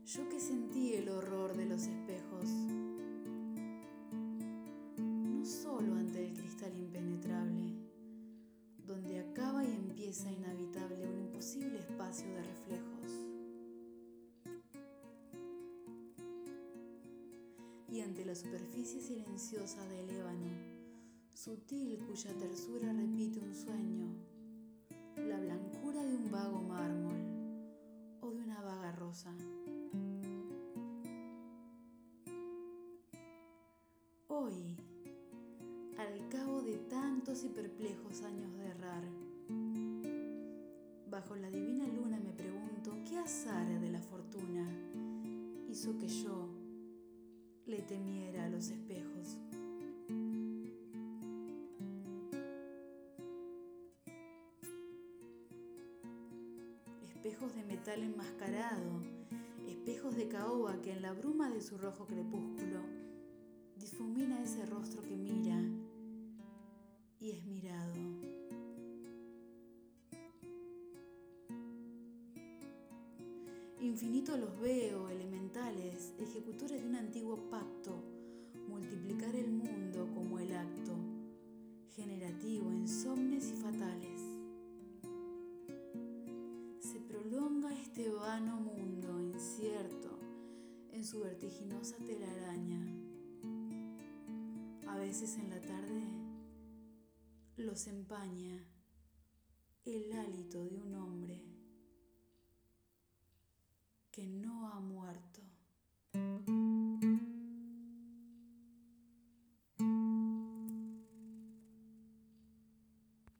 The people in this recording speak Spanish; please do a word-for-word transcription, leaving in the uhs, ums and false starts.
Yo que sentí el horror de los espejos, no solo ante el cristal impenetrable, donde acaba y empieza inhabitable un imposible espacio de reflejos, y ante la superficie silenciosa del ébano, sutil cuya tersura repite un sueño, la blancura de un vago mármol o de una vaga rosa. Hoy, al cabo de tantos y perplejos años de errar, bajo la divina luna me pregunto qué azar de la fortuna hizo que yo le temiera a los espejos. Espejos de metal enmascarado, espejos de caoba que en la bruma de su rojo crepúsculo difumina ese rostro que mira y es mirado. Infinitos los veo, elementales, ejecutores de un antiguo pacto, multiplicar el mundo como el acto, generativo, insomnes y fatales. Se prolonga este vano mundo incierto en su vertiginosa telaraña. A veces en la tarde los empaña el hálito de un hombre que no ha muerto.